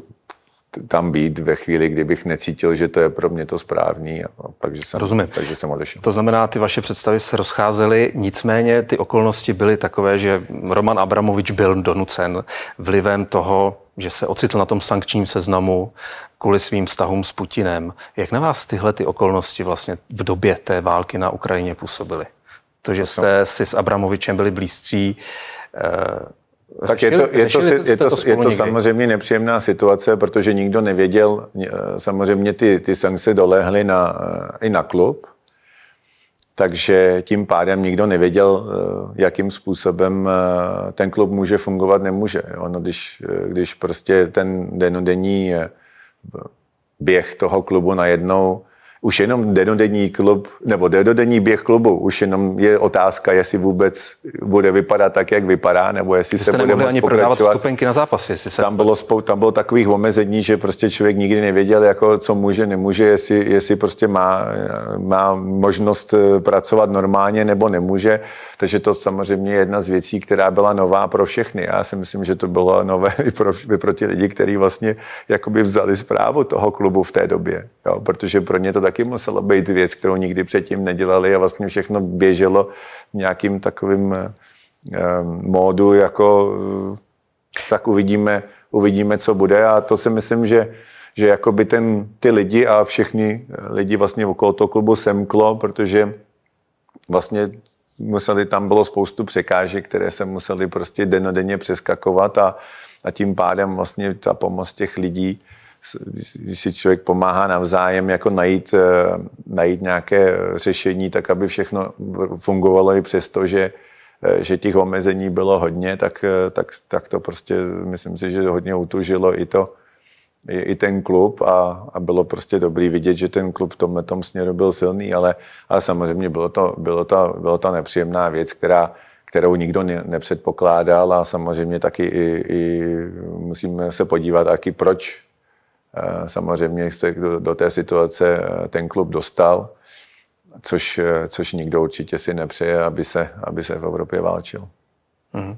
tam být ve chvíli, kdybych necítil, že to je pro mě to správný. A takže jsem, Rozumím. Takže jsem odešel. To znamená, ty vaše představy se rozcházely, nicméně ty okolnosti byly takové, že Roman Abramovič byl donucen vlivem toho, že se ocitl na tom sankčním seznamu kvůli svým vztahům s Putinem. Jak na vás tyhle ty okolnosti vlastně v době té války na Ukrajině působily? To, že jste si s Abramovičem byli blízcí, tak je to, je to, je to, je to samozřejmě nepříjemná situace, protože nikdo nevěděl, samozřejmě ty, ty sankce dolehly na, i na klub, takže tím pádem nikdo nevěděl, jakým způsobem ten klub může fungovat, nemůže. Ono, když, když prostě ten denodenní běh toho klubu najednou už jenom denodenní klub, nebo denodenní běh klubu, už jenom je otázka, jestli vůbec bude vypadat tak, jak vypadá, nebo jestli Vy se bude moct ani pokračovat. prodávat vstupenky na zápasy, jestli se... Tam bylo, spou- tam bylo takových omezení, že prostě člověk nikdy nevěděl, jako, co může, nemůže, jestli, jestli prostě má, má možnost pracovat normálně, nebo nemůže. Takže to samozřejmě je jedna z věcí, která byla nová pro všechny. Já si myslím, že to bylo nové i pro, i pro ty lidi, kteří vlastně jakoby vzali správu toho klubu v té době. Jo? Protože pro ně to taky musela být věc, kterou nikdy předtím nedělali a vlastně všechno běželo nějakým takovým eh, módu, jako tak uvidíme, uvidíme, co bude a to si myslím, že, že jakoby ten, ty lidi a všechny lidi vlastně okolo toho klubu semklo, protože vlastně museli, tam bylo spoustu překážek, které se museli prostě dennodenně přeskakovat a, a tím pádem vlastně ta pomoc těch lidí, když si člověk pomáhá navzájem jako najít, najít nějaké řešení, tak aby všechno fungovalo i přesto, že, že těch omezení bylo hodně, tak, tak, tak to prostě myslím si, že hodně utužilo i, to, i, i ten klub a, a bylo prostě dobrý vidět, že ten klub v tomhle tom směru byl silný, ale, ale samozřejmě bylo to, bylo to, bylo to nepříjemná věc, která kterou nikdo ne, nepředpokládal a samozřejmě taky i, i musíme se podívat taky proč samozřejmě se do, do té situace ten klub dostal, což, což nikdo určitě si nepřeje, aby se, aby se v Evropě válčil. Mm.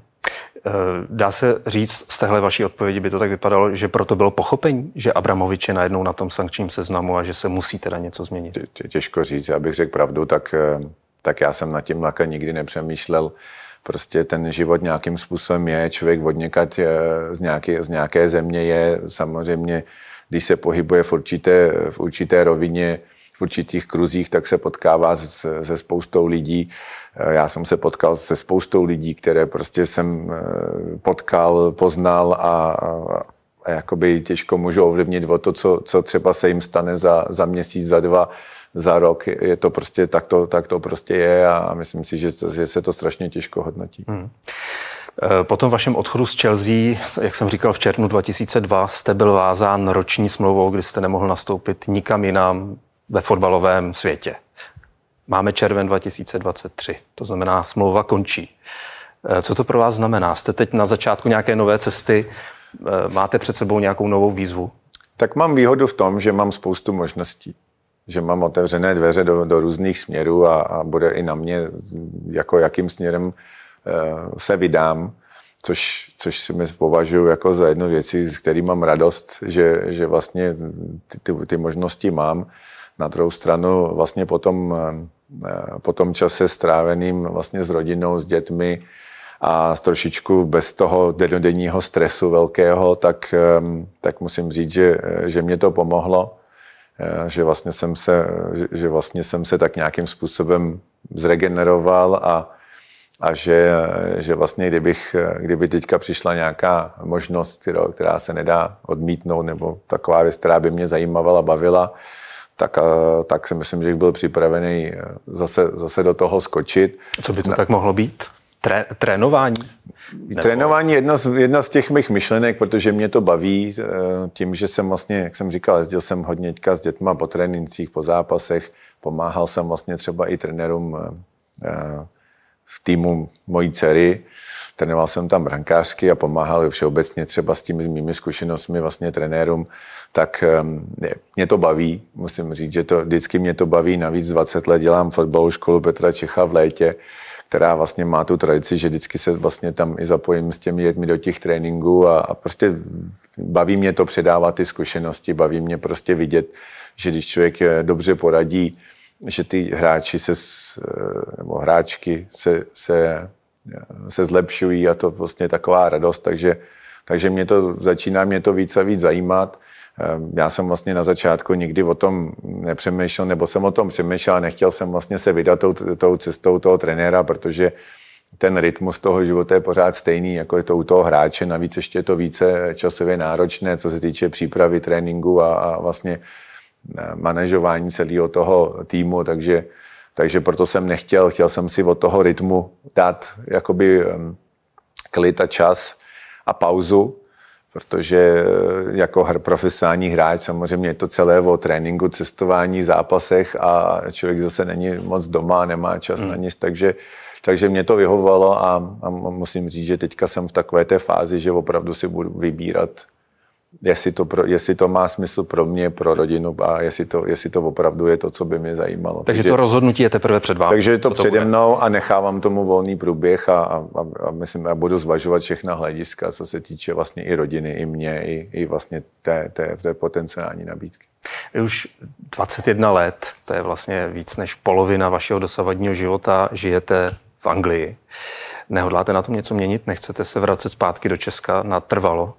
Dá se říct, z téhle vaší odpovědi by to tak vypadalo, že proto bylo pochopení, že Abramovič je najednou na tom sankčním seznamu a že se musí teda něco změnit? Těžko říct, já bych řekl pravdu, tak, tak já jsem nad tím laka nikdy nepřemýšlel. Prostě ten život nějakým způsobem je, člověk odněkat z nějaké, z nějaké země je samozřejmě, když se pohybuje v určité, v určité rovině, v určitých kruzích, tak se potkává se, se spoustou lidí. Já jsem se potkal se spoustou lidí, které prostě jsem potkal, poznal a, a, a jakoby těžko můžu ovlivnit o to, co, co třeba se jim stane za, za měsíc, za dva, za rok. Je to prostě, tak to, tak to prostě je a myslím si, že, že se to strašně těžko hodnotí. Hmm. Po tom vašem odchodu z Chelsea, jak jsem říkal, v červnu dva tisíce dva jste byl vázán roční smlouvou, kdy jste nemohl nastoupit nikam jinam ve fotbalovém světě. Máme červen dva tisíce dvacet tři, to znamená, smlouva končí. Co to pro vás znamená? Jste teď na začátku nějaké nové cesty? Máte před sebou nějakou novou výzvu? Tak mám výhodu v tom, že mám spoustu možností. Že mám otevřené dveře do, do různých směrů a, a bude i na mě, jako jakým směrem se vydám, což, což si mi považuji jako za jednu věci, z který mám radost, že, že vlastně ty, ty, ty možnosti mám. Na druhou stranu vlastně po tom, po tom čase stráveným vlastně s rodinou, s dětmi a trošičku bez toho dennodenního stresu velkého, tak, tak musím říct, že, že mě to pomohlo, že vlastně jsem se, že vlastně jsem se tak nějakým způsobem zregeneroval a A že, že vlastně kdybych, kdyby teďka přišla nějaká možnost, která, která se nedá odmítnout, nebo taková věc, která by mě zajímavala, bavila, tak, tak si myslím, že bych byl připravený zase, zase do toho skočit. Co by to Na... tak mohlo být? Tré, trénování? Nebo... Trénování je jedna z, jedna z těch mých myšlenek, protože mě to baví tím, že jsem vlastně, jak jsem říkal, jezdil jsem hodně s dětma po trénincích, po zápasech, pomáhal jsem vlastně třeba i trenérům v týmu mojí dcery, trénoval jsem tam brankářsky a pomáhal všeobecně třeba s těmi mými zkušenostmi vlastně trenérům, tak mě to baví, musím říct, že to vždycky mě to baví, navíc dvacet let dělám fotbalovou školu Petra Čecha v Létě, která vlastně má tu tradici, že vždycky se vlastně tam i zapojím s těmi dětmi do těch tréninků a, a prostě baví mě to předávat ty zkušenosti, baví mě prostě vidět, že když člověk dobře poradí, že ty hráči se, nebo hráčky se, se, se zlepšují a to vlastně je taková radost, takže, takže mě to, začíná mě to víc a víc zajímat. Já jsem vlastně na začátku nikdy o tom nepřemýšlel, nebo jsem o tom přemýšlel a nechtěl jsem vlastně se vydat tou, tou cestou toho trenéra, protože ten rytmus toho života je pořád stejný, jako je to u toho hráče, navíc ještě je to více časově náročné, co se týče přípravy tréninku a, a vlastně manažování celého toho týmu, takže, takže proto jsem nechtěl, chtěl jsem si od toho rytmu dát jakoby klid a čas a pauzu, protože jako profesionální hráč samozřejmě je to celé o tréninku, cestování, zápasech a člověk zase není moc doma, nemá čas hmm. na nic, takže, takže mě to vyhovovalo a, a musím říct, že teďka jsem v takové té fázi, že opravdu si budu vybírat, jestli to, pro, jestli to má smysl pro mě, pro rodinu a jestli to, jestli to opravdu je to, co by mě zajímalo. Takže, takže to rozhodnutí je teprve před vámi. Takže je to přede to mnou a nechávám tomu volný průběh a, a, a myslím, já budu zvažovat všechna hlediska, co se týče vlastně i rodiny, i mě, i, i vlastně té, té, té potenciální nabídky. Vy už dvacet jedna let, to je vlastně víc než polovina vašeho dosavadního života, žijete v Anglii. Nehodláte na tom něco měnit? Nechcete se vracet zpátky do Česka natrvalo?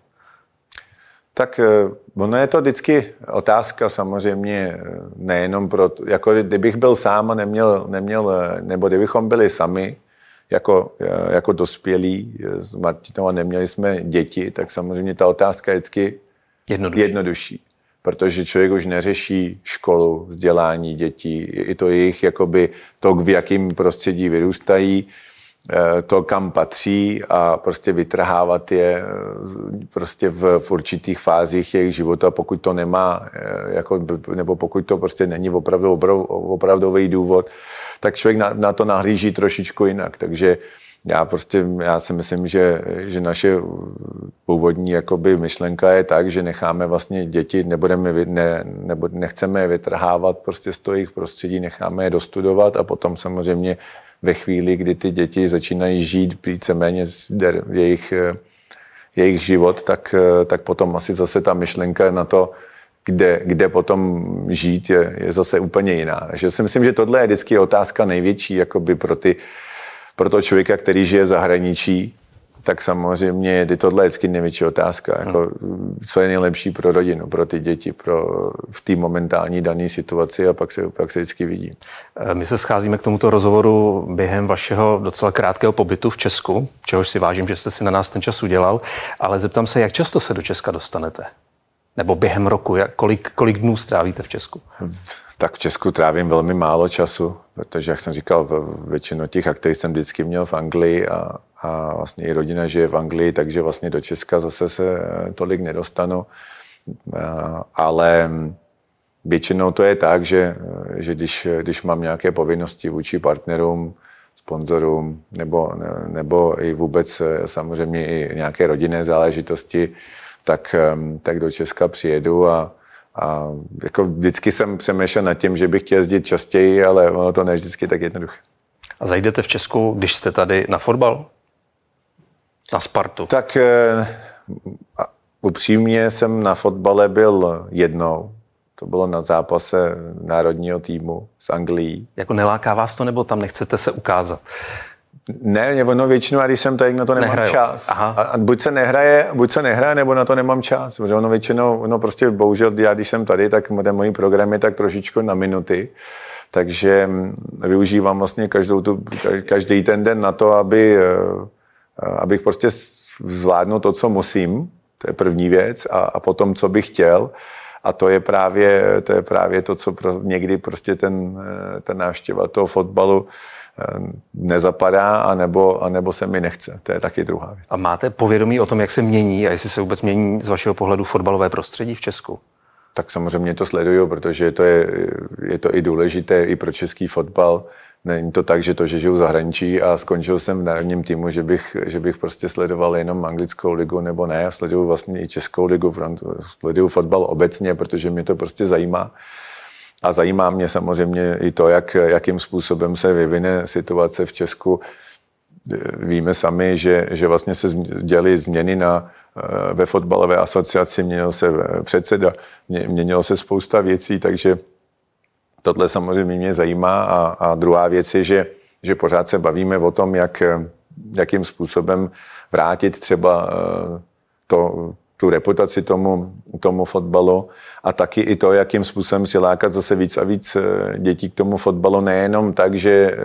Tak ono je to vždycky otázka samozřejmě nejenom pro, jako kdybych byl sám a neměl, neměl nebo kdybychom byli sami jako, jako dospělí s Martinou a neměli jsme děti, tak samozřejmě ta otázka je vždycky jednodušší. jednodušší. Protože člověk už neřeší školu, vzdělání dětí, i to jejich, jakoby to, v jakém prostředí vyrůstají, to, kam patří a prostě vytrhávat je prostě v, v určitých fázích jejich života, pokud to nemá, jako, nebo pokud to prostě není opravdu opravdový důvod, tak člověk na, na to nahlíží trošičku jinak. Takže já prostě, já si myslím, že, že naše původní jakoby myšlenka je tak, že necháme vlastně děti, nebudeme, ne, nebo nechceme je vytrhávat prostě z toho jejich prostředí, necháme je dostudovat a potom samozřejmě ve chvíli, kdy ty děti začínají žít víceméně jejich, jejich život, tak, tak potom asi zase ta myšlenka na to, kde, kde potom žít, je, je zase úplně jiná. Takže si myslím, že tohle je vždycky otázka největší jakoby pro, ty, pro toho člověka, který žije v zahraničí, tak samozřejmě je tohle vždycky největší otázka. Jako, co je nejlepší pro rodinu, pro ty děti, pro, v té momentální dané situaci a pak se, pak se vždycky vidí. My se scházíme k tomuto rozhovoru během vašeho docela krátkého pobytu v Česku, čehož si vážím, že jste si na nás ten čas udělal, ale zeptám se, jak často se do Česka dostanete? Nebo během roku, jak, kolik, kolik dnů strávíte v Česku? Tak v Česku trávím velmi málo času, protože, jak jsem říkal, většinu těch aktivit jsem vždycky měl v Anglii a, a vlastně i rodina žije v Anglii, takže vlastně do Česka zase se tolik nedostanu. Ale většinou to je tak, že, že když, když mám nějaké povinnosti vůči partnerům, sponzorům, nebo, nebo i vůbec samozřejmě i nějaké rodinné záležitosti, tak, tak do Česka přijedu a A jako vždycky jsem přemýšlel nad tím, že bych chtěl jezdit častěji, ale ono to ne vždycky tak jednoduché. A zajdete v Česku, když jste tady na fotbal? Na Spartu? Tak eh, upřímně jsem na fotbale byl jednou. To bylo na zápase národního týmu s Anglií. Jako neláká vás to, nebo tam nechcete se ukázat? Ne, ono většinou, a když jsem tady, na to nemám Nehraju. čas. A, a buď se nehraje, buď se nehraje, nebo na to nemám čas. Protože ono většinou, ono prostě bohužel, já když jsem tady, tak ten můj program je tak trošičku na minuty. Takže využívám vlastně každou tu, každý ten den na to, aby, abych prostě zvládnul to, co musím. To je první věc. A, a potom, co bych chtěl. A to je právě to, je právě to co pro, někdy prostě ten, ten návštěva toho fotbalu nezapadá, anebo, anebo se mi nechce. To je taky druhá věc. A máte povědomí o tom, jak se mění a jestli se vůbec mění z vašeho pohledu fotbalové prostředí v Česku? Tak samozřejmě to sleduju, protože to je, je to i důležité i pro český fotbal, Není to tak, že to, že žiju v zahraničí a skončil jsem v národním týmu, že bych, že bych prostě sledoval jenom anglickou ligu nebo ne. Já sleduju vlastně i českou ligu, sleduju fotbal obecně, protože mě to prostě zajímá. A zajímá mě samozřejmě i to, jak, jakým způsobem se vyvine situace v Česku. Víme sami, že, že vlastně se děly změny na, ve fotbalové asociaci, měnil se předseda, měnilo se spousta věcí, takže tohle samozřejmě mě zajímá. A, a druhá věc je, že, že pořád se bavíme o tom, jak, jakým způsobem vrátit třeba to, tu reputaci tomu, tomu fotbalu a taky i to, jakým způsobem přilákat zase víc a víc dětí k tomu fotbalu. Nejenom tak, že,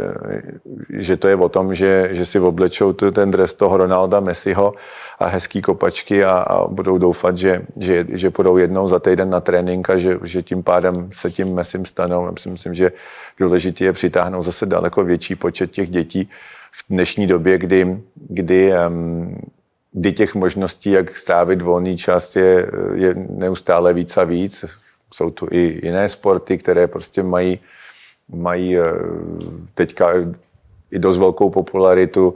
že to je o tom, že, že si oblečou ten dres toho Ronalda, Messiho a hezký kopačky a, a budou doufat, že, že, že půjdou jednou za týden na trénink a že, že tím pádem se tím Messim stanou. Já si myslím, že důležité je přitáhnout zase daleko větší počet těch dětí v dnešní době, kdy, kdy um, kdy těch možností, jak strávit volný čas, je, je neustále víc a víc. Jsou tu i jiné sporty, které prostě mají, mají teďka i dost velkou popularitu.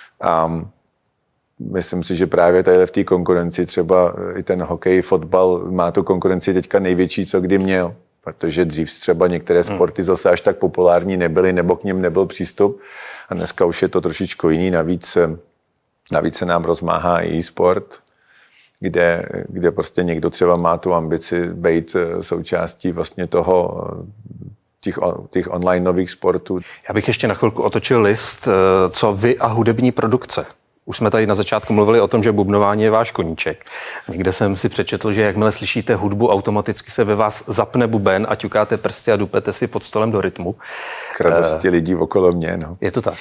A myslím si, že právě tady v té konkurenci třeba i ten hokej, fotbal má tu konkurenci teďka největší, co kdy měl. Protože dřív třeba některé sporty zase až tak populární nebyly, nebo k nim nebyl přístup. A dneska už je to trošičku jiný. Navíc Navíc se nám rozmáhá i e-sport, kde, kde prostě někdo třeba má tu ambici být součástí vlastně toho, těch, těch online nových sportů. Já bych ještě na chvilku otočil list, co vy a hudební produkce. Už jsme tady na začátku mluvili o tom, že bubnování je váš koníček. Někde jsem si přečetl, že jakmile slyšíte hudbu, automaticky se ve vás zapne buben a ťukáte prsty a dupete si pod stolem do rytmu. K radosti uh, lidí okolo mě, no. Je to tak.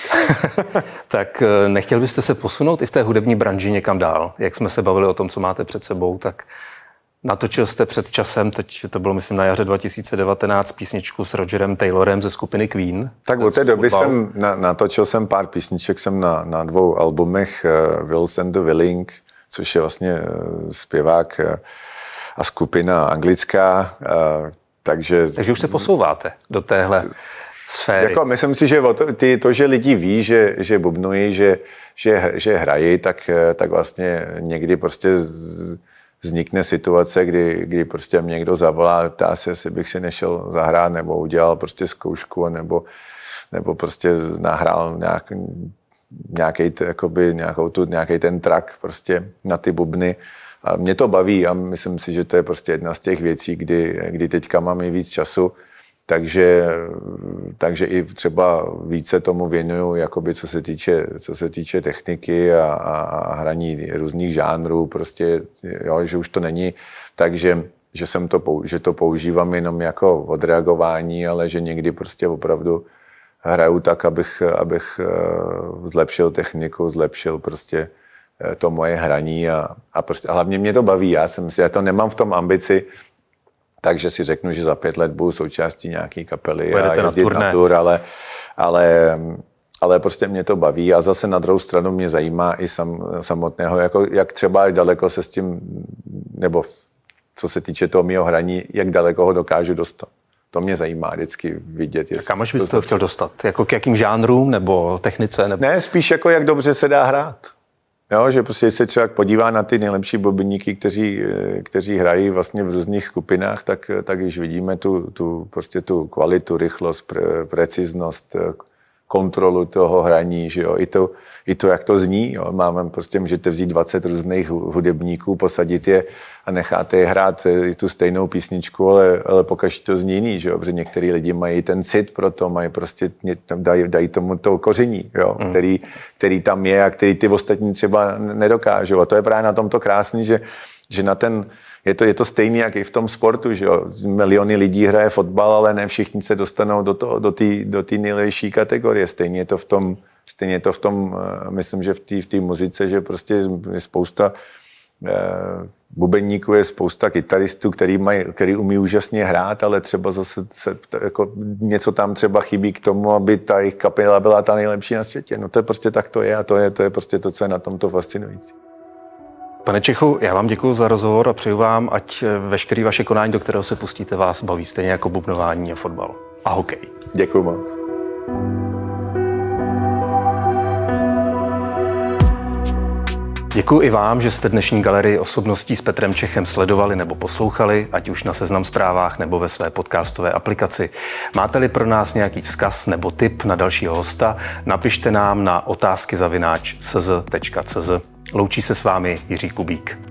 Tak nechtěl byste se posunout i v té hudební branži někam dál? Jak jsme se bavili o tom, co máte před sebou, tak natočil jste před časem, teď to bylo myslím na jaře dva tisíce devatenáct, písničku s Rogerem Taylorem ze skupiny Queen. Tak od té doby jsem na, natočil jsem pár písniček, jsem na, na dvou albumech uh, Wills and the Willing, což je vlastně uh, zpěvák uh, a skupina anglická, uh, takže... Takže už se posouváte do téhle sféry. Jako, myslím si, že to, ty, to, že lidi ví, že, že bubnují, že, že, že hrají, tak, tak vlastně někdy prostě z, vznikne situace, kdy, kdy prostě mě někdo zavolá, ptá se, jestli bych si nešel zahrát, nebo udělal prostě zkoušku, nebo, nebo prostě nahrál nějak, nějaký, jakoby, nějakou tu, nějaký ten track prostě na ty bubny. A mě to baví a myslím si, že to je prostě jedna z těch věcí, kdy, kdy teďka mám i víc času, takže, takže i třeba více tomu věnuju, jakoby co se týče, co se týče techniky a, a hraní různých žánrů, prostě, jo, že už to není tak, že, že, jsem to, že to používám jenom jako odreagování, ale že někdy prostě opravdu hraju tak, abych, abych zlepšil techniku, zlepšil prostě to moje hraní a, a, prostě, a hlavně mě to baví. Já, jsem, já to nemám v tom ambici, takže si řeknu, že za pět let budu součástí nějaký kapely a jezdit na, na tur, ale, ale, ale prostě mě to baví a zase na druhou stranu mě zajímá i sam, samotného, jako, jak třeba daleko se s tím, nebo co se týče toho mého hraní, jak daleko ho dokážu dostat. To mě zajímá vždycky vidět. Jestli, kam až byste to chtěl dostat? Jako k jakým žánrům nebo technice? Nebo... Ne, spíš jako jak dobře se dá hrát. Jo, že prostě se člověk podívá na ty nejlepší bubníky, kteří, kteří hrají vlastně v různých skupinách, tak, tak když vidíme tu, tu, prostě tu kvalitu, rychlost, pre, preciznost, kontrolu toho hraní, že jo, i to, i to, jak to zní, jo. Máme prostě, můžete vzít dvacet různých hudebníků, posadit je a necháte je hrát tu stejnou písničku, ale, ale pokaždé to zní jiný, že jo, protože některý lidi mají ten cit pro to, mají prostě, dají, dají tomu to koření, jo, mm. který, který tam je a který ty ostatní třeba nedokážou. A to je právě na tomto krásný, že, že na ten Je to, je to stejný, jak i v tom sportu, že jo. Miliony lidí hraje fotbal, ale ne všichni se dostanou do té do do nejlepší kategorie. Stejně je to v tom, stejně je to v tom, myslím, že v té v té muzice, že prostě je spousta eh, bubeníků, je spousta kytaristů, který, mají, který umí úžasně hrát, ale třeba zase se, jako něco tam třeba chybí k tomu, aby ta jejich kapela byla ta nejlepší na světě. No to je prostě tak to je a to je, to je prostě to, co je na tomto fascinující. Pane Čechu, já vám děkuji za rozhovor a přeju vám, ať veškerý vaše konání, do kterého se pustíte, vás baví stejně jako bubnování a fotbal a hokej. Děkuji moc. Děkuji i vám, že jste dnešní galerii osobností s Petrem Čechem sledovali nebo poslouchali, ať už na Seznam Zprávách nebo ve své podcastové aplikaci. Máte-li pro nás nějaký vzkaz nebo tip na dalšího hosta, napište nám na otázky zavináč s z tečka c z. Loučí se s vámi Jiří Kubík.